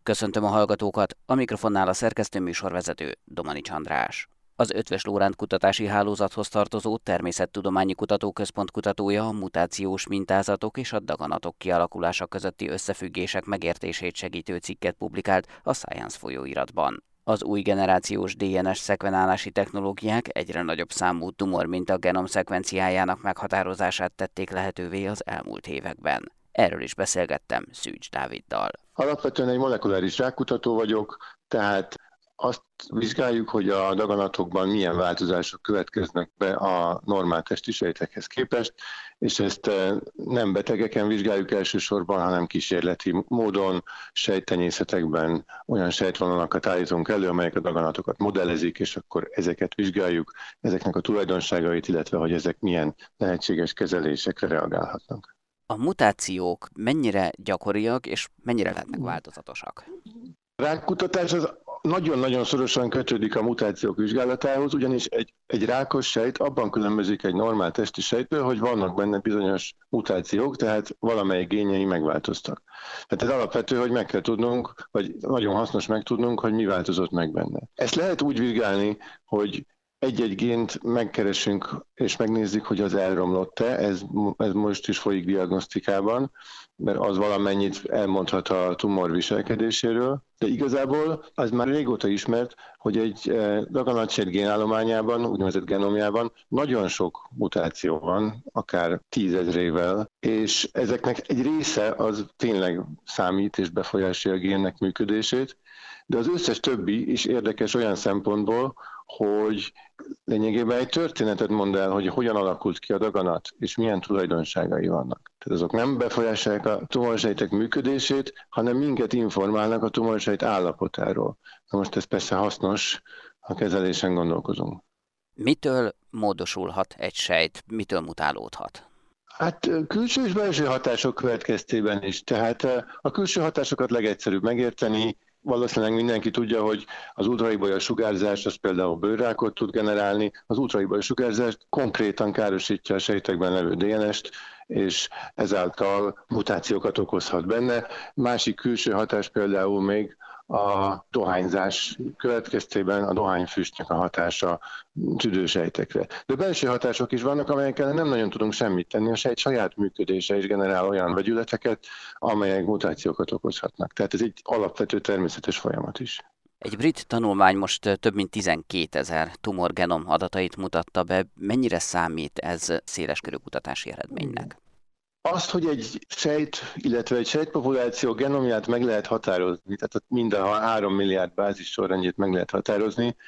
Köszöntöm a hallgatókat, a mikrofonnál a szerkesztő műsorvezető Domanics András. Az Eötvös Loránd Kutatási Hálózathoz tartozó Természettudományi Kutatóközpont kutatója a mutációs mintázatok és a daganatok kialakulása közötti összefüggések megértését segítő cikket publikált a Science folyóiratban. Az új generációs DNS szekvenálási technológiák egyre nagyobb számú tumorminta genom szekvenciájának meghatározását tették lehetővé az elmúlt években. Erről is beszélgettem Szűcs Dáviddal. Alapvetően egy molekuláris rákkutató vagyok, tehát azt vizsgáljuk, hogy a daganatokban milyen változások következnek be a normál testi sejtekhez képest, és ezt nem betegeken vizsgáljuk elsősorban, hanem kísérleti módon sejttenyészetekben olyan sejtvonalakat állítunk elő, amelyek a daganatokat modellezik, és akkor ezeket vizsgáljuk, ezeknek a tulajdonságait, illetve hogy ezek milyen lehetséges kezelésekre reagálhatnak. A mutációk mennyire gyakoriak és mennyire lehetnek változatosak? A rákkutatás az nagyon-nagyon szorosan kötődik a mutációk vizsgálatához, ugyanis egy rákos sejt abban különbözik egy normál testi sejttől, hogy vannak benne bizonyos mutációk, tehát valamelyik génjei megváltoztak. Tehát ez alapvető, hogy meg kell tudnunk, vagy nagyon hasznos megtudnunk, hogy mi változott meg benne. Ezt lehet úgy vizsgálni, hogy egy-egy gént megkeresünk és megnézzük, hogy az elromlott-e, ez most is folyik diagnosztikában, mert az valamennyit elmondhat a tumor viselkedéséről, de igazából az már régóta ismert, hogy egy daganatsejt génállományában, úgynevezett genomjában nagyon sok mutáció van, akár 10 000-ével, és ezeknek egy része az tényleg számít és befolyásolja a génnek működését, de az összes többi is érdekes olyan szempontból, hogy lényegében egy történetet mond el, hogy hogyan alakult ki a daganat, és milyen tulajdonságai vannak. Tehát azok nem befolyásolják a tumorsejtek működését, hanem minket informálnak a tumorsejt állapotáról. Na most ez persze hasznos, ha kezelésen gondolkozunk. Mitől módosulhat egy sejt, mitől mutálódhat? Hát külső és belső hatások következtében is. Tehát a külső hatásokat legegyszerűbb megérteni. Valószínűleg mindenki tudja, hogy az ultraibolya sugárzás az például bőrrákot tud generálni, az ultraibolya sugárzás konkrétan károsítja a sejtekben levő DNS-t, és ezáltal mutációkat okozhat benne. Másik külső hatás például még a dohányzás következtében a dohányfüstnek a hatása tüdősejtekre. De belső hatások is vannak, amelyekkel nem nagyon tudunk semmit tenni. A sejt saját működése is generál olyan vegyületeket, amelyek mutációkat okozhatnak. Tehát ez egy alapvető természetes folyamat is. Egy brit tanulmány most több mint 12 000 tumorgenom adatait mutatta be. Mennyire számít ez széleskörű kutatási eredménynek? Azt, hogy egy sejt, illetve egy sejtpopuláció genomját meg lehet határozni, tehát minden 3 milliárd bázis sorrendjét meg lehet határozni,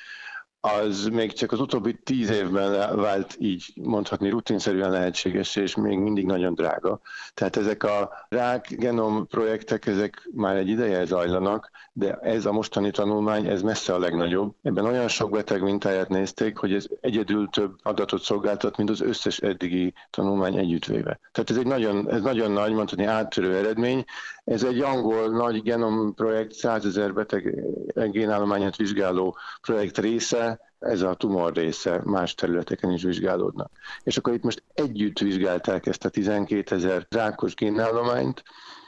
az még csak az utóbbi 10 évben vált így mondhatni rutinszerűen lehetségessé, és még mindig nagyon drága. Tehát ezek a rákgenom projektek, ezek már egy ideje zajlanak, de ez a mostani tanulmány, ez messze a legnagyobb. Ebben olyan sok beteg mintáját nézték, hogy ez egyedül több adatot szolgáltat, mint az összes eddigi tanulmány együttvéve. Tehát ez nagyon nagy, mondhatni áttörő eredmény. Ez egy angol nagy genom projekt, 100 000 beteg génállományát vizsgáló projekt része, ez a tumor része, más területeken is vizsgálódnak. És akkor itt most együtt vizsgálták ezt a 12 000 rákos génállományt,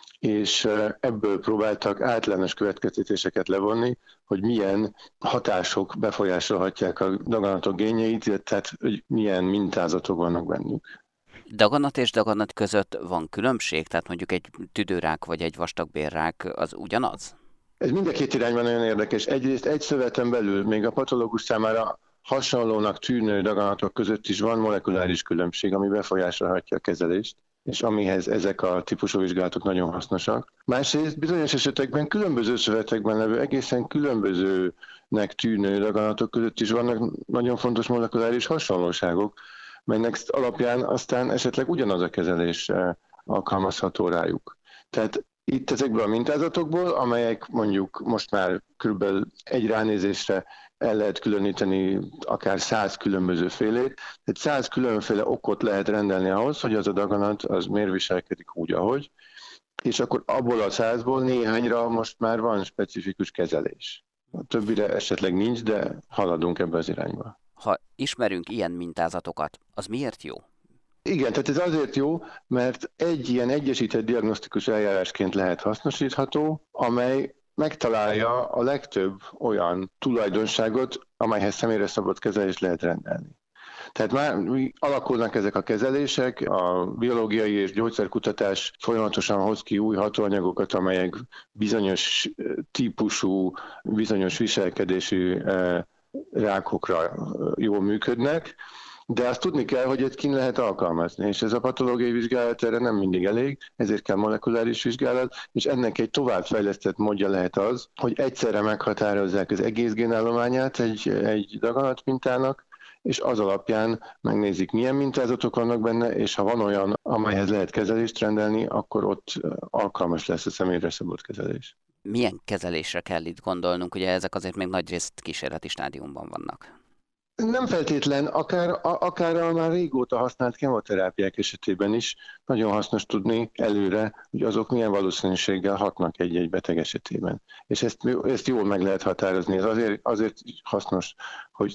és ebből próbáltak általános következtetéseket levonni, hogy milyen hatások befolyásolhatják a daganatok génjeit, tehát hogy milyen mintázatok vannak bennük. Daganat és daganat között van különbség? Tehát mondjuk egy tüdőrák vagy egy vastagbélrák az ugyanaz? Ez mind a két irányban nagyon érdekes. Egyrészt egy szöveten belül, még a patológus számára hasonlónak tűnő daganatok között is van molekuláris különbség, ami befolyásolhatja a kezelést, és amihez ezek a típusú vizsgálatok nagyon hasznosak. Másrészt bizonyos esetekben különböző szövetekben levő, egészen különbözőnek tűnő daganatok között is vannak nagyon fontos molekuláris hasonlóságok, melynek alapján aztán esetleg ugyanaz a kezelés alkalmazható rájuk. Tehát itt ezekből a mintázatokból, amelyek mondjuk most már kb. Egy ránézésre el lehet különíteni akár 100 különböző félét, tehát 100 különféle okot lehet rendelni ahhoz, hogy az a daganat az miért viselkedik úgy, ahogy, és akkor abból a 100-ból néhányra most már van specifikus kezelés. A többire esetleg nincs, de haladunk ebbe az irányba. Ha ismerünk ilyen mintázatokat, az miért jó? Igen, tehát ez azért jó, mert egy ilyen egyesített diagnosztikus eljárásként lehet hasznosítható, amely megtalálja a legtöbb olyan tulajdonságot, amelyhez személyre szabott kezelést lehet rendelni. Tehát már alakulnak ezek a kezelések, a biológiai és gyógyszerkutatás folyamatosan hoz ki új hatóanyagokat, amelyek bizonyos típusú, bizonyos viselkedésű rákokra jól működnek, de azt tudni kell, hogy ezt kin lehet alkalmazni, és ez a patológiai vizsgálat erre nem mindig elég, ezért kell molekuláris vizsgálat, és ennek egy továbbfejlesztett módja lehet az, hogy egyszerre meghatározzák az egész génállományát egy daganatmintának, és az alapján megnézik, milyen mintázatok vannak benne, és ha van olyan, amelyhez lehet kezelést rendelni, akkor ott alkalmas lesz a személyre szabott kezelés. Milyen kezelésre kell itt gondolnunk? Ugye ezek azért még nagyrészt kísérleti stádiumban vannak. Nem feltétlen, akár a már régóta használt kemoterápiák esetében is nagyon hasznos tudni előre, hogy azok milyen valószínűséggel hatnak egy-egy beteg esetében. És ezt jól meg lehet határozni. Ez azért hasznos, hogy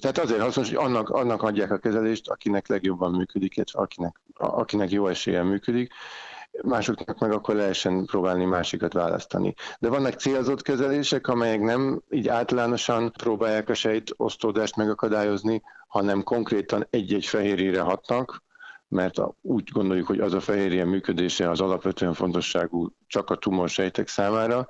annak adják a kezelést, akinek legjobban működik, és akinek jó eséllyel működik, másoknak meg akkor lehessen próbálni másikat választani. De vannak célzott kezelések, amelyek nem így általánosan próbálják a sejtosztódást megakadályozni, hanem konkrétan egy-egy fehérjére hatnak, mert úgy gondoljuk, hogy az a fehérje működése az alapvetően fontosságú csak a tumorsejtek számára,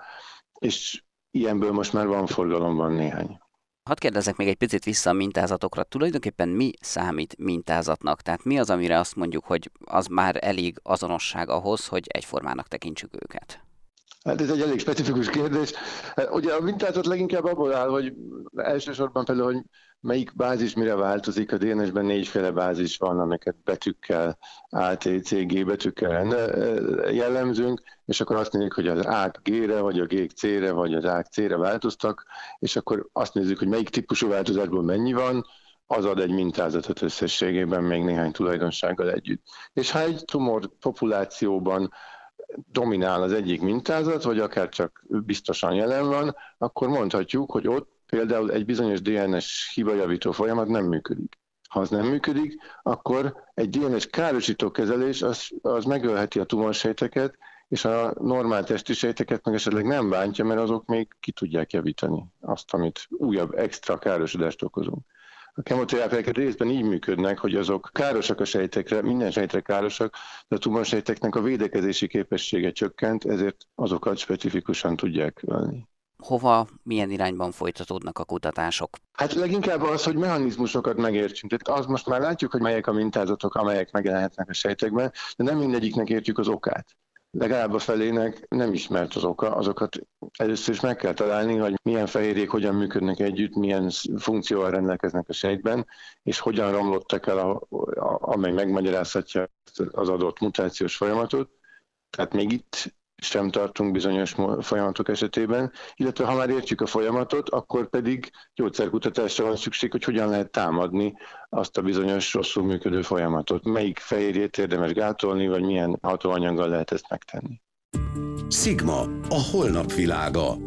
és ilyenből most már van forgalomban néhány. Hadd kérdezzek még egy picit vissza a mintázatokra. Tulajdonképpen mi számít mintázatnak? Tehát mi az, amire azt mondjuk, hogy az már elég azonosság ahhoz, hogy egyformának tekintsük őket? Hát ez egy elég specifikus kérdés. Ugye a mintázat leginkább abból áll, hogy elsősorban például, hogy melyik bázis mire változik. A DNS-ben 4 bázis van, amiket betűkkel, A, T, C, G betűkkel jellemzünk, és akkor azt nézzük, hogy az A-k G-re, vagy a G-k C-re, vagy az A-k C-re változtak, és akkor azt nézzük, hogy melyik típusú változásból mennyi van, az ad egy mintázatot összességében még néhány tulajdonsággal együtt. És ha egy tumor populációban dominál az egyik mintázat, vagy akár csak biztosan jelen van, akkor mondhatjuk, hogy ott például egy bizonyos DNS hibajavító folyamat nem működik. Ha az nem működik, akkor egy DNS károsító kezelés az megölheti a tumorsejteket, és a normál testi sejteket meg esetleg nem bántja, mert azok még ki tudják javítani azt, amit újabb extra károsodást okozunk. A kemoterápiák részben így működnek, hogy azok károsak a sejtekre, minden sejtre károsak, de a tumorsejteknek a védekezési képessége csökkent, ezért azokat specifikusan tudják ölni. Hova, milyen irányban folytatódnak a kutatások? Hát leginkább az, hogy mechanizmusokat megértsünk. Tehát az most már látjuk, hogy melyek a mintázatok, amelyek megjelenhetnek a sejtekben, de nem mindegyiknek értjük az okát. Legalább a felének nem ismert az oka, azokat először is meg kell találni, hogy milyen fehérjék hogyan működnek együtt, milyen funkcióval rendelkeznek a sejtben, és hogyan romlottak el, amely megmagyarázhatja az adott mutációs folyamatot. Tehát még itt sem tartunk bizonyos folyamatok esetében, illetve ha már értjük a folyamatot, akkor pedig gyógyszerkutatásra van szükség, hogy hogyan lehet támadni azt a bizonyos rosszul működő folyamatot. Melyik fehérjét érdemes gátolni, vagy milyen hatóanyaggal lehet ezt megtenni. Sigma, a holnap világa.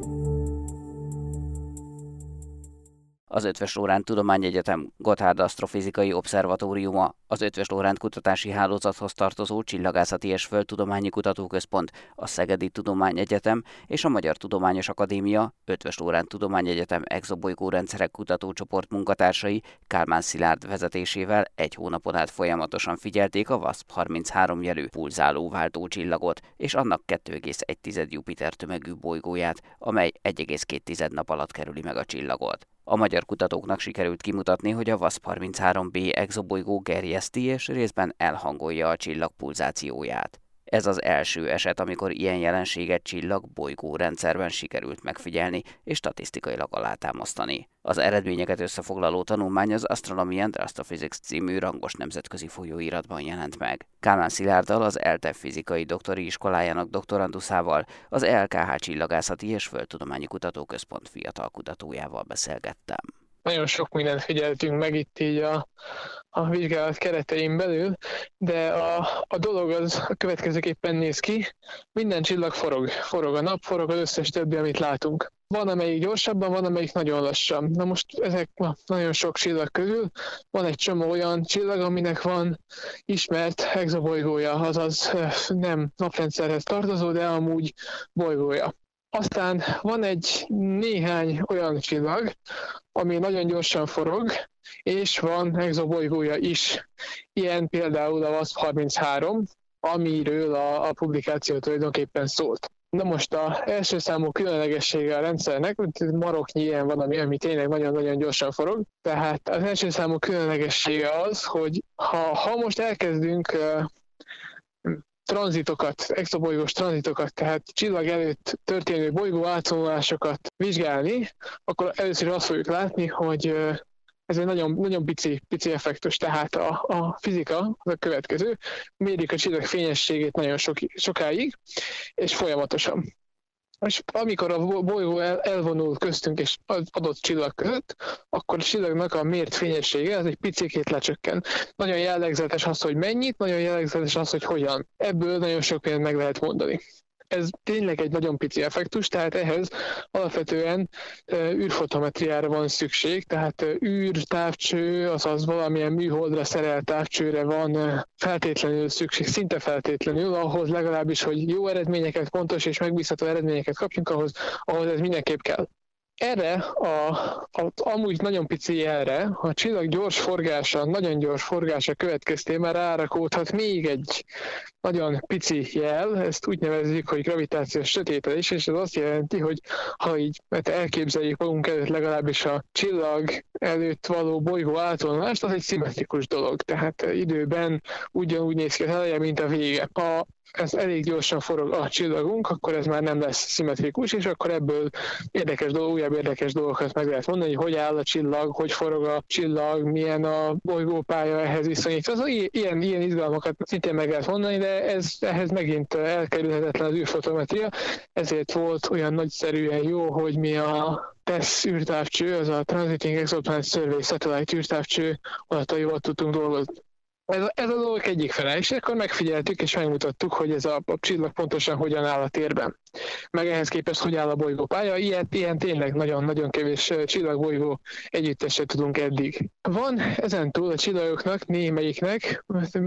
Az Eötvös Loránd Tudományegyetem Gotthard Asztrofizikai Obszervatóriuma, az Eötvös Loránd Kutatási Hálózathoz tartozó Csillagászati és Földtudományi Kutatóközpont, a Szegedi Tudományegyetem és a Magyar Tudományos Akadémia Eötvös Loránd Tudományegyetem exobolygórendszerek kutatócsoport munkatársai Kálmán Szilárd vezetésével egy hónapon át folyamatosan figyelték a WASP-33 jelű pulzáló váltócsillagot és annak 2,1 Jupiter tömegű bolygóját, amely 1,2 nap alatt kerüli meg a csillagot. A magyar kutatóknak sikerült kimutatni, hogy a WASP-33b exobolygó gerjeszti és részben elhangolja a csillag pulzációját. Ez az első eset, amikor ilyen jelenséget csillag-bolygó rendszerben sikerült megfigyelni és statisztikailag alátámasztani. Az eredményeket összefoglaló tanulmány az Astronomy and Astrophysics című rangos nemzetközi folyóiratban jelent meg. Kálmán Szilárddal, az ELTE fizikai doktori iskolájának doktoranduszával, az ELKH Csillagászati és Földtudományi Kutatóközpont fiatal kutatójával beszélgettem. Nagyon sok mindent figyeltünk meg itt így a vizsgálat keretein belül, de a dolog az a következőképpen néz ki. Minden csillag forog a nap, forog az összes többi, amit látunk. Van, amelyik gyorsabban, van, amelyik nagyon lassan. Na most ezek nagyon sok csillag közül van egy csomó olyan csillag, aminek van ismert exobolygója, azaz nem naprendszerhez tartozó, de amúgy bolygója. Aztán van egy néhány olyan csillag, ami nagyon gyorsan forog, és van exobolygója is. Ilyen például a WASP-33, amiről a publikáció tulajdonképpen szólt. Na most az első számú különlegessége a rendszernek, maroknyi ilyen van, ami tényleg nagyon-nagyon gyorsan forog. Tehát az első számú különlegessége az, hogy ha most elkezdünk tranzitokat, exobolygós tranzitokat, tehát csillag előtt történő bolygó átvonulásokat vizsgálni, akkor először azt fogjuk látni, hogy ez egy nagyon, nagyon pici effektus, tehát a fizika, az a következő, mérik a csillag fényességét nagyon sokáig, és folyamatosan. És amikor a bolygó elvonul köztünk és az adott csillag között, akkor a csillagnak a mért fényessége az egy picikét lecsökken. Nagyon jellegzetes az, hogy mennyit, nagyon jellegzetes az, hogy hogyan. Ebből nagyon sok mindent meg lehet mondani. Ez tényleg egy nagyon pici effektus, tehát ehhez alapvetően űrfotometriára van szükség, tehát űrtávcső, azaz valamilyen műholdra szerelt távcsőre van feltétlenül szükség, szinte feltétlenül, ahhoz legalábbis, hogy jó eredményeket, pontos és megbízható eredményeket kapjunk, ahhoz ez mindenképp kell. Erre, amúgy nagyon pici jelre, a csillag gyors forgása, nagyon gyors forgása következtében már rárakódhat még egy nagyon pici jel, ezt úgy nevezzük, hogy gravitációs sötétedés, és ez azt jelenti, hogy ha így elképzeljük magunk előtt legalábbis a csillag előtt való bolygó átvonulást, az egy szimmetrikus dolog, tehát időben ugyanúgy néz ki az eleje, mint a vége. Ha ez elég gyorsan forog a csillagunk, akkor ez már nem lesz szimmetrikus, és akkor ebből újabb érdekes dolgokat meg lehet mondani, hogy áll a csillag, hogy forog a csillag, milyen a bolygópálya ehhez viszonyít. Az ilyen izgalmakat szintén meg lehet mondani, de ehhez megint elkerülhetetlen az űrfotometria, ezért volt olyan nagyszerűen jó, hogy mi a TESS űrtávcső, az a Transiting Exoplanet Survey Satellite űrtávcső adataival tudtunk dolgozni. Ez a dolog egyik fele, és akkor megfigyeltük és megmutattuk, hogy ez a csillag pontosan hogyan áll a térben. Meg ehhez képest, hogy áll a bolygópálya, ilyen tényleg nagyon-nagyon kevés csillagbolygó együttesre tudunk eddig. Van ezentúl a csillagoknak némelyiknek,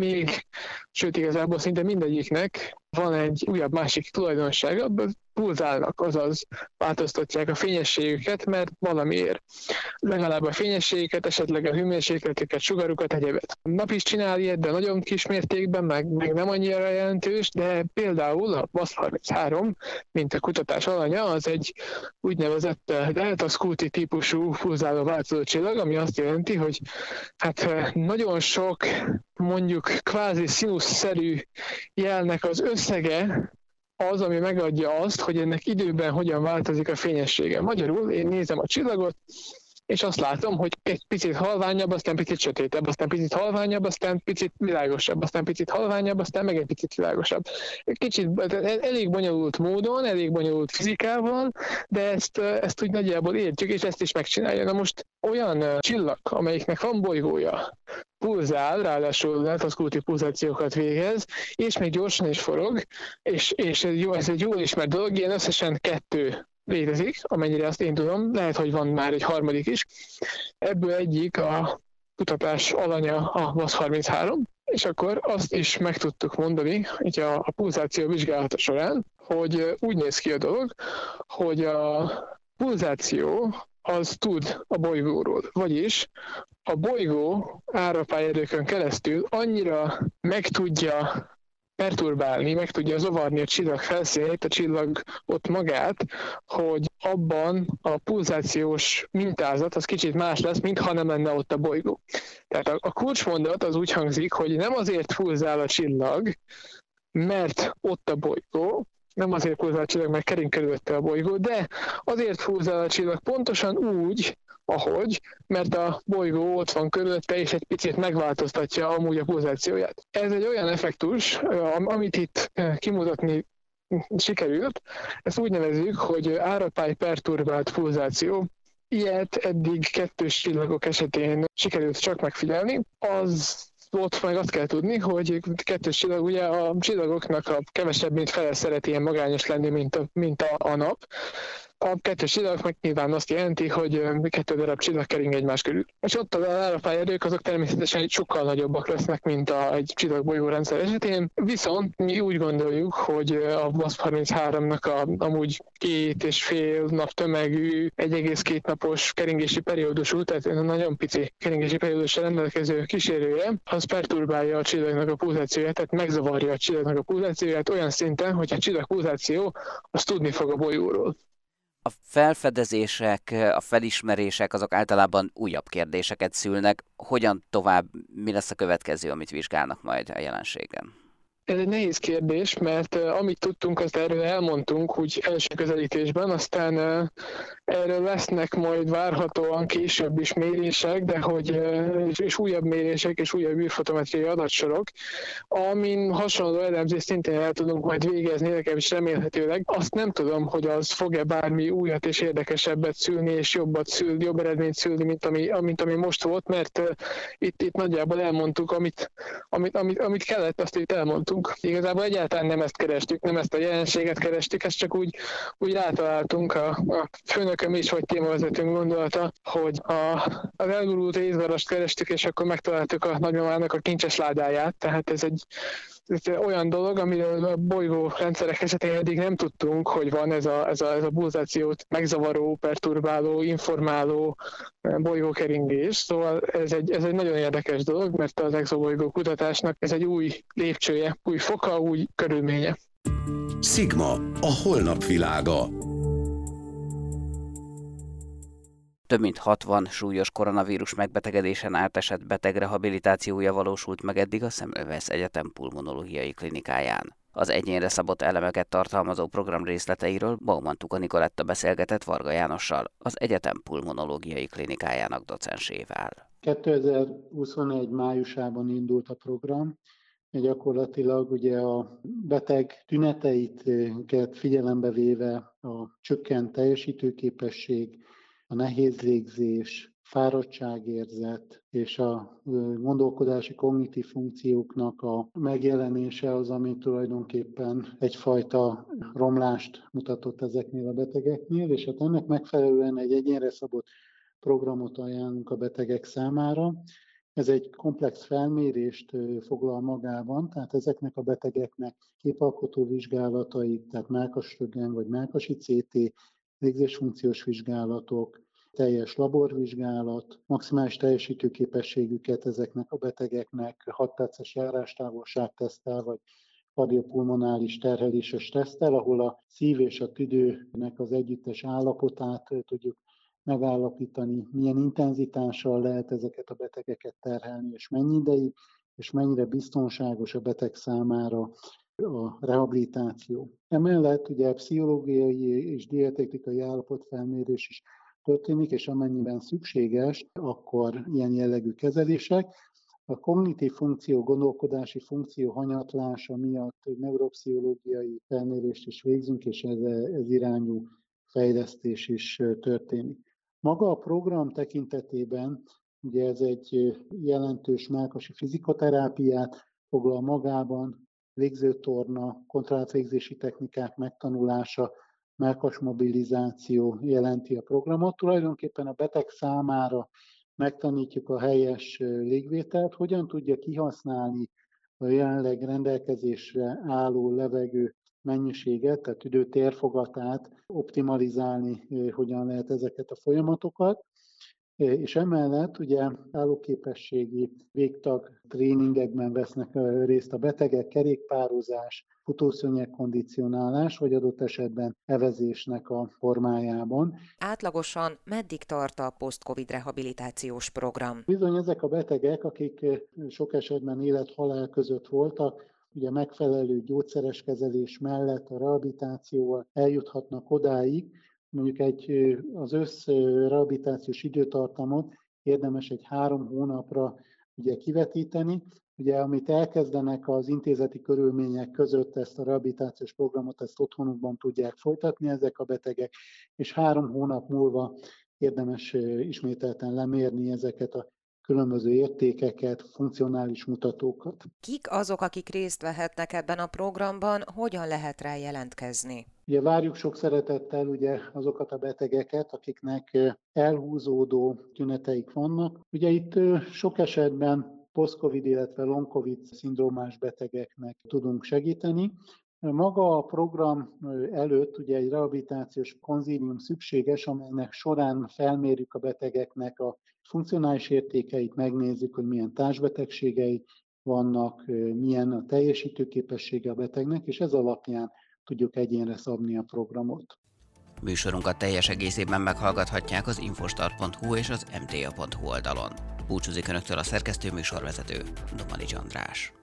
sőt igazából szinte mindegyiknek van egy újabb másik tulajdonsága, pulzálnak, azaz változtatják a fényességüket, mert valamiért. Legalább a fényességüket, esetleg a hőmérsékletüket, sugarukat, egyebet. A nap is csinál ilyet, de nagyon kis mértékben, meg nem annyira jelentős, de például a WASP-33, mint a kutatás alanya, az egy úgynevezett Delta Scuti típusú pulzáló változó csillag, ami azt jelenti, hogy hát nagyon sok mondjuk kvázi színuszszerű jelnek az összege az, ami megadja azt, hogy ennek időben hogyan változik a fényessége. Magyarul én nézem a csillagot, és azt látom, hogy egy picit halványabb, aztán picit sötétebb, aztán picit halványabb, aztán picit világosabb, aztán picit halványabb, aztán meg egy picit világosabb. Kicsit elég bonyolult módon, elég bonyolult fizikával, de ezt úgy nagyjából értjük, és ezt is megcsinálja. Na most olyan csillag, amelyiknek van bolygója, pulzál, ráadásul delta-Scuti pulzációkat végez, és még gyorsan is forog, és ez egy jól ismert dolog, ilyen összesen 2 létezik, amennyire azt én tudom, lehet, hogy van már egy harmadik is. Ebből egyik a kutatás alanya a WASP-33, és akkor azt is meg tudtuk mondani, hogy a pulzáció vizsgálata során, hogy úgy néz ki a dolog, hogy a pulzáció az tud a bolygóról, vagyis a bolygó árapályerőkön keresztül annyira meg tudja perturbálni, meg tudja zavarni a csillag felszínét, a csillagot magát, hogy abban a pulzációs mintázat az kicsit más lesz, mintha nem lenne ott a bolygó. Tehát a kulcsmondat az úgy hangzik, hogy nem azért pulzál a csillag, mert ott a bolygó, nem azért pulzál a csillag, mert kering körülötte a bolygó, de azért pulzál a csillag pontosan úgy, ahogy, mert a bolygó ott van körülötte, és egy picit megváltoztatja amúgy a pulzációját. Ez egy olyan effektus, amit itt kimutatni sikerült, ezt úgy nevezzük, hogy árapály perturbált pulzáció. Ilyet eddig 2 csillagok esetén sikerült csak megfigyelni. Ott meg azt kell tudni, hogy 2 csillag, ugye a csillagoknak a kevesebb, mint fele szeret ilyen magányos lenni, mint a nap. A kettős csillag meg nyilván azt jelenti, hogy 2 darab csillag kering egymás körül. És ott az árapályerők azok természetesen sokkal nagyobbak lesznek, mint egy csillagbolygórendszer esetén. Viszont mi úgy gondoljuk, hogy a VASP-33-nak amúgy 2,5 nap tömegű, 1,2 napos keringési periódusú, tehát nagyon pici keringési periódussal rendelkező kísérője, az perturbálja a csillagnak a pulzációját, tehát megzavarja a csillagnak a pulzációját olyan szinten, hogy a csillagpulzáció az tudni fog a bolygóról. A felfedezések, a felismerések azok általában újabb kérdéseket szülnek. Hogyan tovább, mi lesz a következő, amit vizsgálnak majd a jelenségen? Ez egy nehéz kérdés, mert amit tudtunk, azt erről elmondtunk úgy első közelítésben, aztán erről lesznek majd várhatóan később is mérések, de és újabb mérések és újabb űrfotometriai adatsorok, amin hasonló elemzést szintén el tudunk majd végezni, legalábbis remélhetőleg. Azt nem tudom, hogy az fog-e bármi újat és érdekesebbet szülni, és jobb eredményt szülni, mint ami most volt, mert itt nagyjából elmondtuk, amit kellett, azt itt elmondtuk. Igazából egyáltalán nem ezt kerestük, nem ezt a jelenséget kerestük, ezt csak úgy rátaláltunk, a főnököm is, vagy témavezetőnk gondolata, hogy az elgurult észvarast kerestük, és akkor megtaláltuk a nagymamának a kincses ládáját, tehát ez egy olyan dolog, amiről a bolygó rendszerek esetén eddig nem tudtunk, hogy van ez a pulzációt megzavaró, perturbáló, informáló bolygókeringés. Szóval ez egy nagyon érdekes dolog, mert az exobolygó kutatásnak ez egy új lépcsője, új foka, új körülménye. Sigma, a holnap világa. Több mint 60 súlyos koronavírus megbetegedésen átesett beteg rehabilitációja valósult meg eddig a Semmelweis Egyetem pulmonológiai klinikáján. Az egyénre szabott elemeket tartalmazó program részleteiről Baumann Tuka Nikoletta beszélgetett Varga Jánossal, az egyetem pulmonológiai klinikájának docensével. 2021 májusában indult a program. Gyakorlatilag ugye a beteg tüneteiket figyelembe véve a csökkent teljesítőképesség, a nehéz légzés, fáradtságérzet és a gondolkodási kognitív funkcióknak a megjelenése az, ami tulajdonképpen egyfajta romlást mutatott ezeknél a betegeknél, és hát ennek megfelelően egy egyénre szabott programot ajánlunk a betegek számára. Ez egy komplex felmérést foglal magában, tehát ezeknek a betegeknek képalkotó vizsgálatai, tehát mellkasröntgen vagy mellkasi CT, légzésfunkciós vizsgálatok, teljes laborvizsgálat, maximális teljesítőképességüket ezeknek a betegeknek 6 perces járástávolságteszttel vagy kardiopulmonális terheléses teszttel, ahol a szív és a tüdőnek az együttes állapotát tudjuk megállapítani, milyen intenzitással lehet ezeket a betegeket terhelni, és mennyi ideig, és mennyire biztonságos a beteg számára a rehabilitáció. Emellett ugye pszichológiai és dietetikai állapotfelmérés is történik, és amennyiben szükséges, akkor ilyen jellegű kezelések. A kognitív funkció, gondolkodási funkció hanyatlása miatt neuropszichológiai felmérést is végzünk, és ez irányú fejlesztés is történik. Maga a program tekintetében, ugye ez egy jelentős mellkasi fizikoterápiát foglal magában, légzőtorna, kontrollált légzési technikák megtanulása, mellkas mobilizáció jelenti a programot. Tulajdonképpen a beteg számára megtanítjuk a helyes légvételt, hogyan tudja kihasználni a jelenleg rendelkezésre álló levegő mennyiséget, tehát tüdő térfogatát, optimalizálni, hogyan lehet ezeket a folyamatokat. És emellett ugye állóképességi végtag tréningekben vesznek részt a betegek, kerékpározás, futószőnyeg kondicionálás, vagy adott esetben evezésnek a formájában. Átlagosan meddig tart a post-covid rehabilitációs program? Bizony ezek a betegek, akik sok esetben élet-halál között voltak, ugye megfelelő gyógyszeres kezelés mellett a rehabilitációval eljuthatnak odáig, mondjuk az összrehabilitációs időtartamot érdemes egy 3 hónapra ugye kivetíteni. Ugye, amit elkezdenek az intézeti körülmények között ezt a rehabilitációs programot, ezt otthonukban tudják folytatni ezek a betegek, és 3 hónap múlva érdemes ismételten lemérni ezeket a különböző értékeket, funkcionális mutatókat. Kik azok, akik részt vehetnek ebben a programban, hogyan lehet rá jelentkezni? Ugye várjuk sok szeretettel ugye azokat a betegeket, akiknek elhúzódó tüneteik vannak. Ugye itt sok esetben post-covid, illetve long-covid szindrómás betegeknek tudunk segíteni. Maga a program előtt ugye egy rehabilitációs konzílium szükséges, amelynek során felmérjük a betegeknek a funkcionális értékeit, megnézzük, hogy milyen társbetegségei vannak, milyen a teljesítőképessége a betegnek, és ez alapján tudjuk egyénre szabni a programot. Műsorunkat teljes egészében meghallgathatják az infostart.hu és az mta.hu oldalon. Búcsúzik Önöktől a szerkesztő műsorvezető, Domanics András.